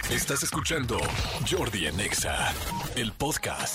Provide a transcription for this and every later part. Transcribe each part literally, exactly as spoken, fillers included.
Estás escuchando Jordi en Exa, el podcast.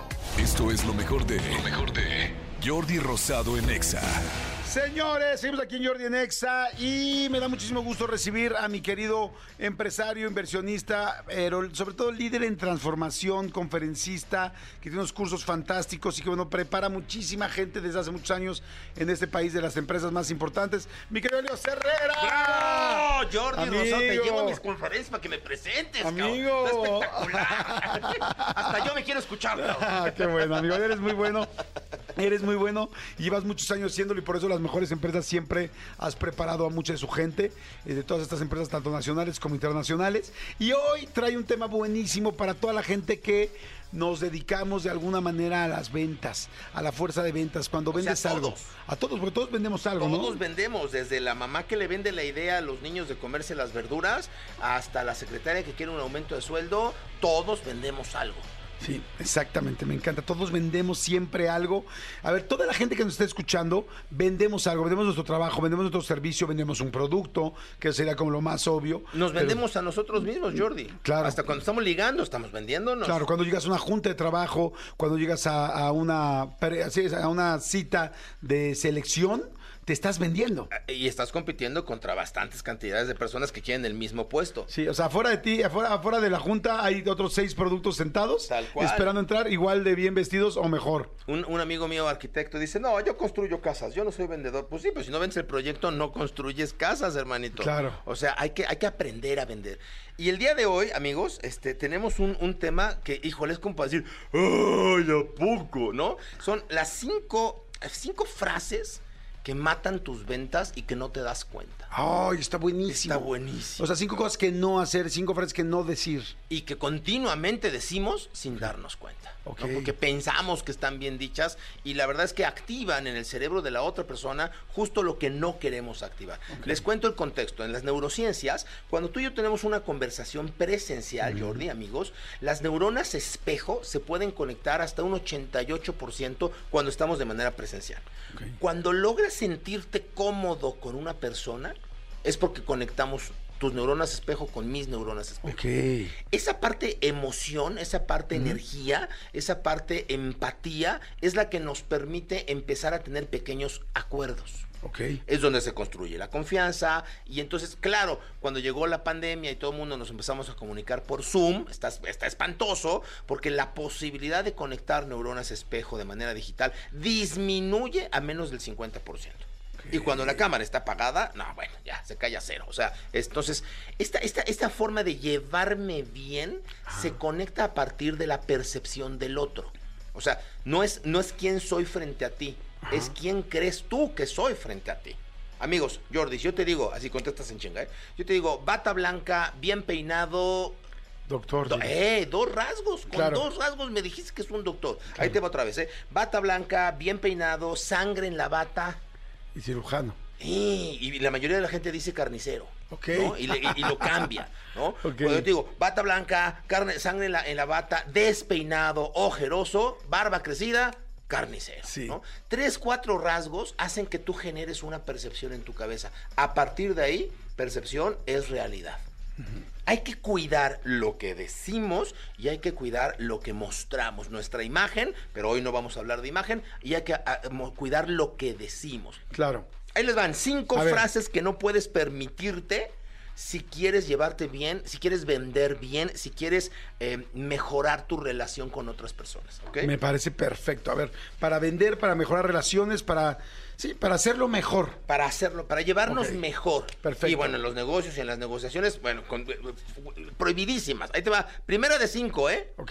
Esto es lo mejor de, lo mejor de Jordi Rosado en Exa. Señores, seguimos aquí en Jordi en Exa y me da muchísimo gusto recibir a mi querido empresario, inversionista, pero sobre todo líder en transformación, conferencista, que tiene unos cursos fantásticos y que, bueno, prepara muchísima gente desde hace muchos años en este país de las empresas más importantes. Mi querido Leo Herrera. ¡Bravo! Jordi Amigo. Rosado, te llevo a mis conferencias para que me presentes, Amigo. cabrón. Está espectacular. Hasta yo me quiero escuchar, cabrón. Ah, qué bueno, amigo. Eres muy bueno. Eres muy bueno. Llevas muchos años haciéndolo y por eso las mejores empresas siempre has preparado a mucha de su gente, eh, de todas estas empresas, tanto nacionales como internacionales. Y hoy trae un tema buenísimo para toda la gente que nos dedicamos de alguna manera a las ventas, a la fuerza de ventas. Cuando O vendes sea, algo. todos. A todos, porque todos vendemos algo, ¿no? Todos vendemos, desde la mamá que le vende la idea a los niños de comerse las verduras, hasta la secretaria que quiere un aumento de sueldo, todos vendemos algo. Sí, exactamente, me encanta. Todos vendemos siempre algo. A ver, toda la gente que nos está escuchando, vendemos algo, vendemos nuestro trabajo, vendemos nuestro servicio, vendemos un producto, que sería como lo más obvio. Nos pero- vendemos a nosotros mismos, Jordi. Claro. Hasta cuando estamos ligando, estamos vendiéndonos. Claro, cuando llegas a una junta de trabajo, cuando llegas a, a una pre- así es, a una cita de selección, te estás vendiendo. Y estás compitiendo contra bastantes cantidades de personas que quieren el mismo puesto. Sí, o sea, afuera de ti, afuera, afuera de la junta hay otros seis productos sentados, Tal cual. esperando entrar, igual de bien vestidos o mejor. Un, un amigo mío arquitecto dice, no, yo construyo casas, yo no soy vendedor. Pues sí, pues si no vendes el proyecto, no construyes casas, hermanito. Claro. O sea, hay que, hay que aprender a vender. Y el día de hoy, amigos, este, tenemos un, un tema que, híjole, es como para decir, ¡ay, a poco! ¿No? Son las cinco, cinco frases que matan tus ventas y que no te das cuenta. Ay, está buenísimo. Está buenísimo. O sea, cinco cosas que no hacer, cinco frases que no decir. Y que continuamente decimos sin darnos cuenta. Ok. ¿No? Porque pensamos que están bien dichas y la verdad es que activan en el cerebro de la otra persona justo lo que no queremos activar. Les cuento el contexto. En las neurociencias, cuando tú y yo tenemos una conversación presencial, uh-huh. Jordi, amigos, las neuronas espejo se pueden conectar hasta un ochenta y ocho por ciento cuando estamos de manera presencial. Okay. Cuando logras sentirte cómodo con una persona, es porque conectamos tus neuronas espejo con mis neuronas espejo. Okay. Esa parte emoción, esa parte uh-huh. energía, esa parte empatía es la que nos permite empezar a tener pequeños acuerdos. Okay. Es donde se construye la confianza y entonces, claro, cuando llegó la pandemia y todo el mundo nos empezamos a comunicar por Zoom, está, está espantoso porque la posibilidad de conectar neuronas espejo de manera digital disminuye a menos del cincuenta por ciento. Y cuando la cámara está apagada, no, bueno, ya, se cae a cero. O sea, entonces, esta, esta, esta forma de llevarme bien ah. se conecta a partir de la percepción del otro. O sea, no es, no es quién soy frente a ti, Ajá. es quién crees tú que soy frente a ti. Amigos, Jordi, si yo te digo, así contestas en chinga, ¿eh? Yo te digo, bata blanca, bien peinado... Doctor. Do, eh, dos rasgos, con claro. dos rasgos me dijiste que es un doctor. Claro. Ahí te va otra vez, ¿eh? Bata blanca, bien peinado, sangre en la bata... Y cirujano. Y, y la mayoría de la gente dice carnicero. Ok. ¿No? Y, le, y, y lo cambia, ¿no? Okay. Cuando yo te digo, bata blanca, carne, sangre en la, en la bata, despeinado, ojeroso, barba crecida, carnicero. Sí. ¿No? Tres, cuatro rasgos hacen que tú generes una percepción en tu cabeza. A partir de ahí, percepción es realidad. Uh-huh. Hay que cuidar lo que decimos y hay que cuidar lo que mostramos, nuestra imagen, pero hoy no vamos a hablar de imagen, y hay que a, a, cuidar lo que decimos. Claro. Ahí les van cinco a frases ver. que no puedes permitirte si quieres llevarte bien, si quieres vender bien, si quieres eh, mejorar tu relación con otras personas. ¿Okay? Me parece perfecto. A ver, para vender, para mejorar relaciones, para... Sí, para hacerlo mejor. Para hacerlo, para llevarnos okay. mejor. Perfecto. Y bueno, en los negocios y en las negociaciones, bueno, con, prohibidísimas. Ahí te va. Primera de cinco, ¿eh? Ok.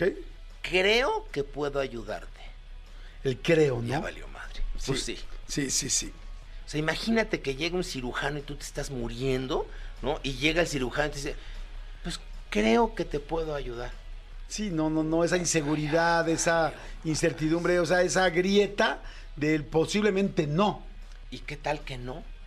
Creo que puedo ayudarte. El creo, ¿no? Ya valió madre. Sí. Pues sí. Sí, sí, sí. O sea, imagínate que llega un cirujano y tú te estás muriendo, ¿no? Y llega el cirujano y te dice, pues creo que te puedo ayudar. Sí, no, no, no, esa inseguridad, esa incertidumbre, o sea, esa grieta del posiblemente no. ¿Y qué tal que no?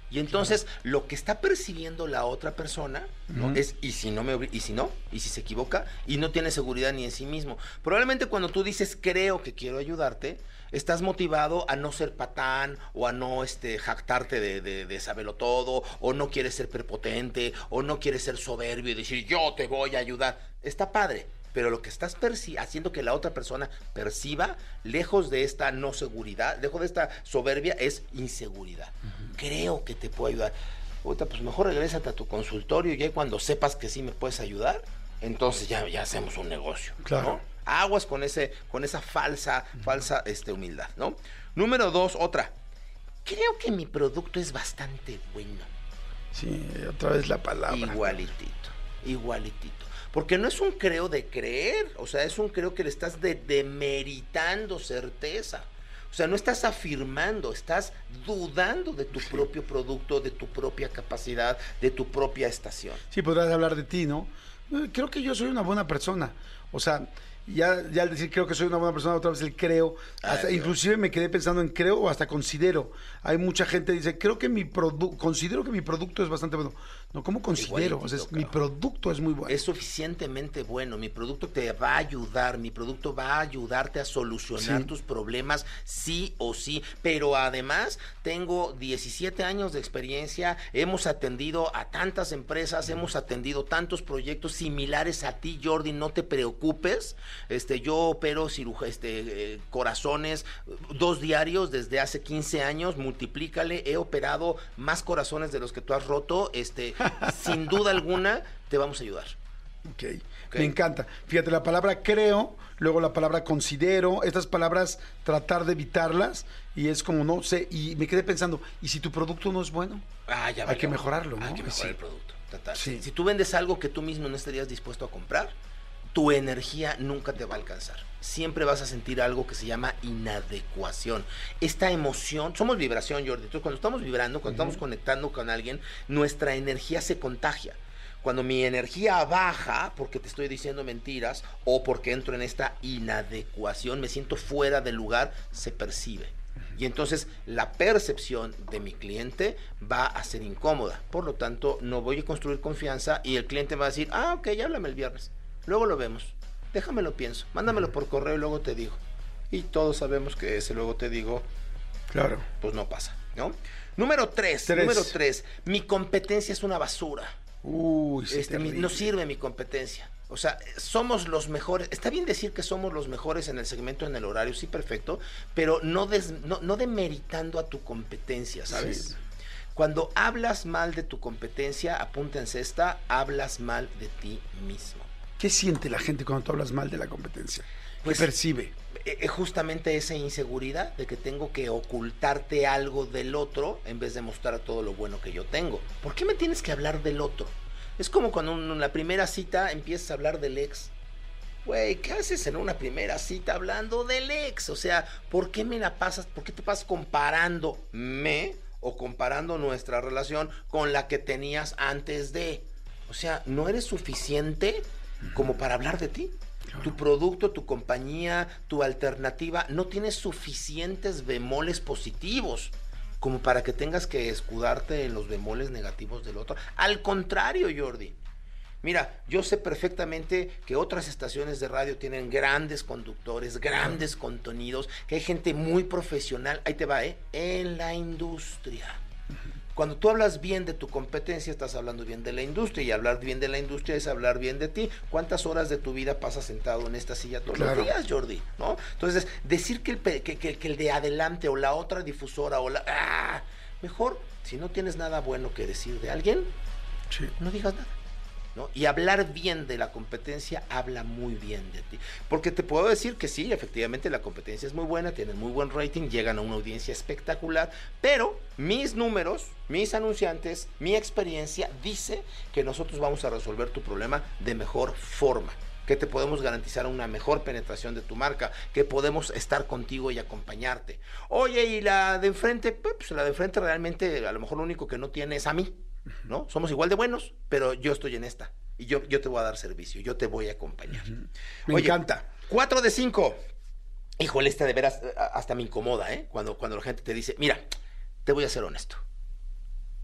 Y entonces, claro, lo que está percibiendo la otra persona, ¿no? Uh-huh. Es, ¿y si no me y si no? ¿Y si se equivoca? Y no tiene seguridad ni en sí mismo. Probablemente cuando tú dices, creo que quiero ayudarte, estás motivado a no ser patán, o a no este, jactarte de, de, de saberlo todo, o no quieres ser prepotente, o no quieres ser soberbio y decir, yo te voy a ayudar. Está padre. Pero lo que estás perci- haciendo que la otra persona perciba, lejos de esta no seguridad, lejos de esta soberbia, es inseguridad. Uh-huh. Creo que te puedo ayudar. Ahorita, pues mejor regrésate a tu consultorio y ya cuando sepas que sí me puedes ayudar, entonces ya, ya hacemos un negocio. Claro. ¿No? Aguas con ese, con esa falsa, uh-huh. falsa este, humildad, ¿no? Número dos, otra. Creo que mi producto es bastante bueno. Sí, otra vez la palabra. Igualitito, igualitito. Porque no es un creo de creer, o sea, es un creo que le estás de, demeritando certeza. O sea, no estás afirmando, estás dudando de tu propio producto, de tu propia capacidad, de tu propia estación. Sí, podrás hablar de ti, ¿no? Creo que yo soy una buena persona. O sea, ya, ya al decir creo que soy una buena persona, otra vez el creo, hasta, Ay, inclusive me quedé pensando en creo o hasta considero. Hay mucha gente que dice, creo que mi producto, considero que mi producto es bastante bueno. No, ¿cómo considero? O sea, es, mi producto es muy bueno. Es suficientemente bueno, mi producto te va a ayudar, mi producto va a ayudarte a solucionar sí. tus problemas sí o sí, pero además tengo diecisiete años de experiencia, hemos atendido a tantas empresas, hemos atendido tantos proyectos similares a ti, Jordi, no te preocupes, este, yo opero ciruj- este, eh, corazones, dos diarios desde hace quince años, multiplícale, he operado más corazones de los que tú has roto, este... sin duda alguna, te vamos a ayudar. Okay. ok, me encanta. Fíjate, la palabra creo, luego la palabra considero, estas palabras tratar de evitarlas y es como no sé, y me quedé pensando, ¿y si tu producto no es bueno? Ah, ya Hay que mejorarlo, ¿no? Hay que mejorar sí. el producto. Total. Sí. Si tú vendes algo que tú mismo no estarías dispuesto a comprar, tu energía nunca te va a alcanzar. Siempre vas a sentir algo que se llama inadecuación. Esta emoción, somos vibración, Jordi. Entonces, cuando estamos vibrando, cuando uh-huh. estamos conectando con alguien, nuestra energía se contagia. Cuando mi energía baja, porque te estoy diciendo mentiras, o porque entro en esta inadecuación, me siento fuera del lugar, se percibe. Y entonces la percepción de mi cliente va a ser incómoda. Por lo tanto, no voy a construir confianza y el cliente va a decir, ah, ok, ya háblame el viernes. Luego lo vemos. Déjame lo pienso. Mándamelo por correo y luego te digo. Y todos sabemos que ese luego te digo, claro, pues no pasa, ¿no? Número tres, tres. Número tres. Mi competencia es una basura. Uy, sí, este, mi, no sirve mi competencia. O sea, somos los mejores. Está bien decir que somos los mejores en el segmento, en el horario, sí, perfecto, pero no, des, no, no demeritando a tu competencia, ¿sabes? Sí. Cuando hablas mal de tu competencia, apúntense esta, hablas mal de ti mismo. ¿Qué siente la gente cuando tú hablas mal de la competencia? ¿Qué pues, percibe? Eh, justamente esa inseguridad de que tengo que ocultarte algo del otro en vez de mostrar todo lo bueno que yo tengo. ¿Por qué me tienes que hablar del otro? Es como cuando en la primera cita empiezas a hablar del ex. Güey, ¿qué haces en una primera cita hablando del ex? O sea, ¿por qué me la pasas? ¿Por qué te pasas comparándome o comparando nuestra relación con la que tenías antes de? O sea, ¿no eres suficiente como para hablar de ti? Claro. Tu producto, tu compañía, tu alternativa no tiene suficientes bemoles positivos como para que tengas que escudarte en los bemoles negativos del otro. Al contrario, Jordi. Mira, yo sé perfectamente que otras estaciones de radio tienen grandes conductores, grandes contenidos, que hay gente muy profesional, ahí te va, ¿eh? En la industria. Cuando tú hablas bien de tu competencia, estás hablando bien de la industria, y hablar bien de la industria es hablar bien de ti. ¿Cuántas horas de tu vida pasas sentado en esta silla todos claro. los días, Jordi? ¿No? Entonces, decir que el, que, que, que el de adelante o la otra difusora o la... ¡Ah! Mejor, si no tienes nada bueno que decir de alguien, sí. no digas nada. ¿No? Y hablar bien de la competencia habla muy bien de ti, porque te puedo decir que sí, efectivamente la competencia es muy buena, tienen muy buen rating, llegan a una audiencia espectacular, pero mis números, mis anunciantes, mi experiencia dice que nosotros vamos a resolver tu problema de mejor forma, que te podemos garantizar una mejor penetración de tu marca, que podemos estar contigo y acompañarte. Oye, y la de enfrente, pues la de enfrente realmente a lo mejor lo único que no tiene es a mí, ¿no? Somos igual de buenos, pero yo estoy en esta y yo, yo te voy a dar servicio, yo te voy a acompañar. Uh-huh. Me Oye, encanta. cuatro de cinco. Híjole, esta de veras hasta me incomoda, ¿eh? Cuando, cuando la gente te dice, mira, te voy a ser honesto.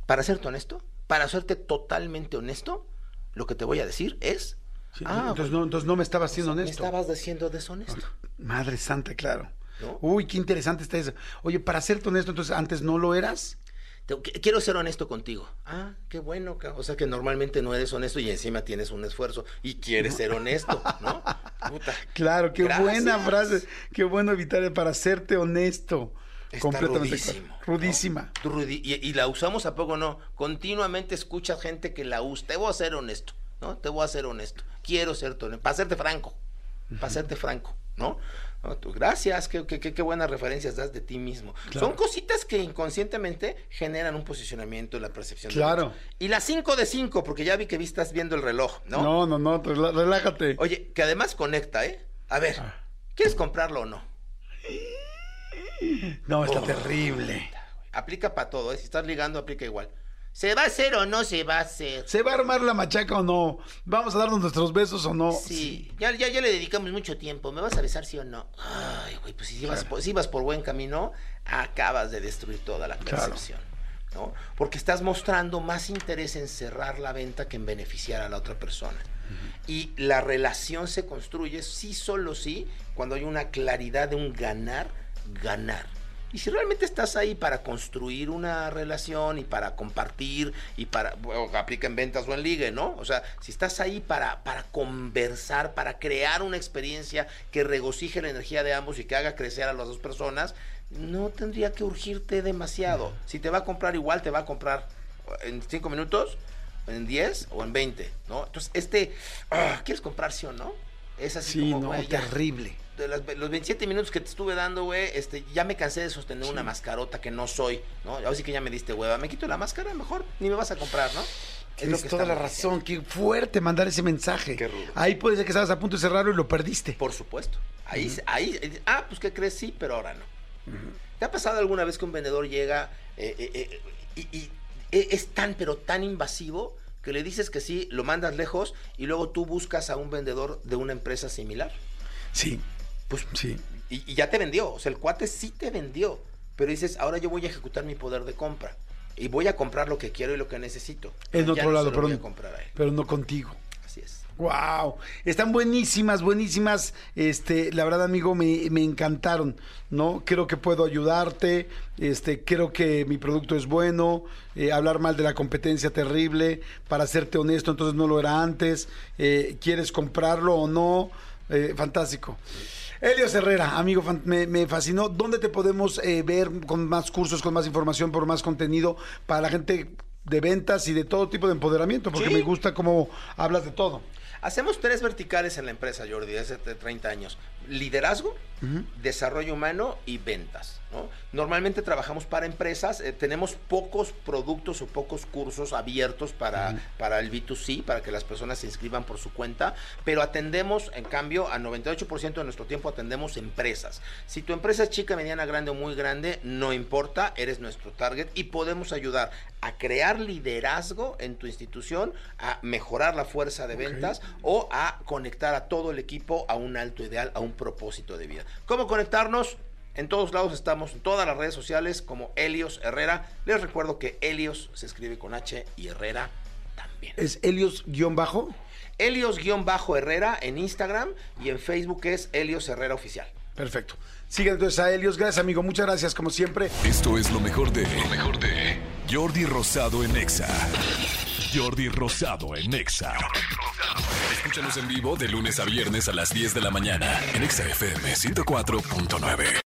para serte honesto, para serte totalmente honesto, lo que te voy a decir es... Sí, ah, entonces, no, entonces no me estabas siendo me honesto. estabas diciendo deshonesto. Madre santa, claro. ¿No? Uy, qué interesante está eso. Oye, para serte honesto, entonces antes no lo eras. Te- qu- quiero ser honesto contigo. Ah, qué bueno. ca- O sea que normalmente no eres honesto y encima tienes un esfuerzo y quieres ser honesto, ¿no? Puta. Claro, qué Gracias. buena frase. Qué bueno evitar el para serte honesto. Está Completamente rudísimo, claro. ¿no? Rudísima. Rudi- y, y la usamos a poco, no. Continuamente escuchas gente que la usa. Te voy a ser honesto, ¿no? Te voy a ser honesto. Quiero ser honesto. Para serte franco. Para serte franco, ¿no? No, tú, gracias, qué, qué, qué, qué buenas referencias das de ti mismo. Claro. Son cositas que inconscientemente generan un posicionamiento en la percepción. Claro. De otros. Y las cinco de cinco, porque ya vi que vi estás viendo el reloj, ¿no? No, no, no, rela- relájate. Oye, que además conecta, ¿eh? A ver, Ah. ¿quieres comprarlo o no? No, está Oh. terrible. Aplica para todo, ¿eh? Si estás ligando, aplica igual. ¿Se va a hacer o no se va a hacer? ¿Se va a armar la machaca o no? ¿Vamos a darnos nuestros besos o no? Sí, Ya, ya, ya le dedicamos mucho tiempo. ¿Me vas a besar sí o no? Ay, güey, pues si vas, Claro. por, si vas por buen camino, acabas de destruir toda la Claro. percepción, ¿no? Porque estás mostrando más interés en cerrar la venta que en beneficiar a la otra persona. Y la relación se construye, sí, solo sí, cuando hay una claridad de un ganar, ganar. Y si realmente estás ahí para construir una relación y para compartir y para, bueno, aplica en ventas o en ligue, ¿no? O sea, si estás ahí para, para conversar, para crear una experiencia que regocije la energía de ambos y que haga crecer a las dos personas, no tendría que urgirte demasiado. Si te va a comprar igual, te va a comprar en cinco minutos, en diez o en veinte, ¿no? Entonces, este, ah, ¿quieres comprar sí o no? Es así Sí, como, no, güey, ya. terrible. De las- los veintisiete minutos que te estuve dando, güey, este, ya me cansé de sostener una mascarota que no soy, ¿no? Ahora sí que ya me diste hueva. Me quito la máscara, mejor ni me vas a comprar, ¿no? Es Tienes toda la estamos razón. diciendo. Qué fuerte mandar ese mensaje. Qué rudo. Ahí puede ser que estabas a punto de cerrarlo y lo perdiste. Por supuesto. Ahí, se- ahí, eh, ah, pues ¿qué crees? Sí, pero ahora no. ¿Te ha pasado alguna vez que un vendedor llega eh, eh, eh, y, y, eh, es tan, pero tan invasivo que le dices que sí, lo mandas lejos y luego tú buscas a un vendedor de una empresa similar? Sí, Pues sí. Y, y ya te vendió, o sea, el cuate sí te vendió, pero dices, ahora yo voy a ejecutar mi poder de compra y voy a comprar lo que quiero y lo que necesito. En Ya otro no lado, se lo pero, voy a comprar a él. pero no contigo. Así es. Wow, están buenísimas, buenísimas. Este, la verdad, amigo, me, me encantaron, ¿no? Creo que puedo ayudarte. Este, creo que mi producto es bueno. Eh, hablar mal de la competencia terrible. Para serte honesto, entonces no lo era antes. Eh, ¿Quieres comprarlo o no? Eh, fantástico. Helios Herrera, amigo, fan- me, me fascinó. ¿Dónde te podemos eh, ver con más cursos, con más información, por más contenido para la gente de ventas y de todo tipo de empoderamiento? Porque Sí. me gusta cómo hablas de todo. Hacemos tres verticales en la empresa, Jordi, hace treinta años. Liderazgo, desarrollo humano y ventas, ¿no? Normalmente trabajamos para empresas, eh, tenemos pocos productos o pocos cursos abiertos para, para el B dos C, para que las personas se inscriban por su cuenta, pero atendemos, en cambio, a noventa y ocho por ciento de nuestro tiempo atendemos empresas. Si tu empresa es chica, mediana, grande o muy grande, no importa, eres nuestro target y podemos ayudar a crear liderazgo en tu institución, a mejorar la fuerza de ventas o a conectar a todo el equipo a un alto ideal, a un propósito de vida. ¿Cómo conectarnos? En todos lados estamos, en todas las redes sociales como Helios Herrera. Les recuerdo que Helios se escribe con H y Herrera también. ¿Es Helios-bajo? Helios-Herrera en Instagram y en Facebook es Helios Herrera Oficial. Perfecto. Sigan entonces a Helios. Gracias, amigo. Muchas gracias, como siempre. Esto es lo mejor de. Lo mejor de. Jordi Rosado en Exa. Jordi Rosado en Exa. Escúchanos en vivo de lunes a viernes a las diez de la mañana en Exa F M ciento cuatro punto nueve.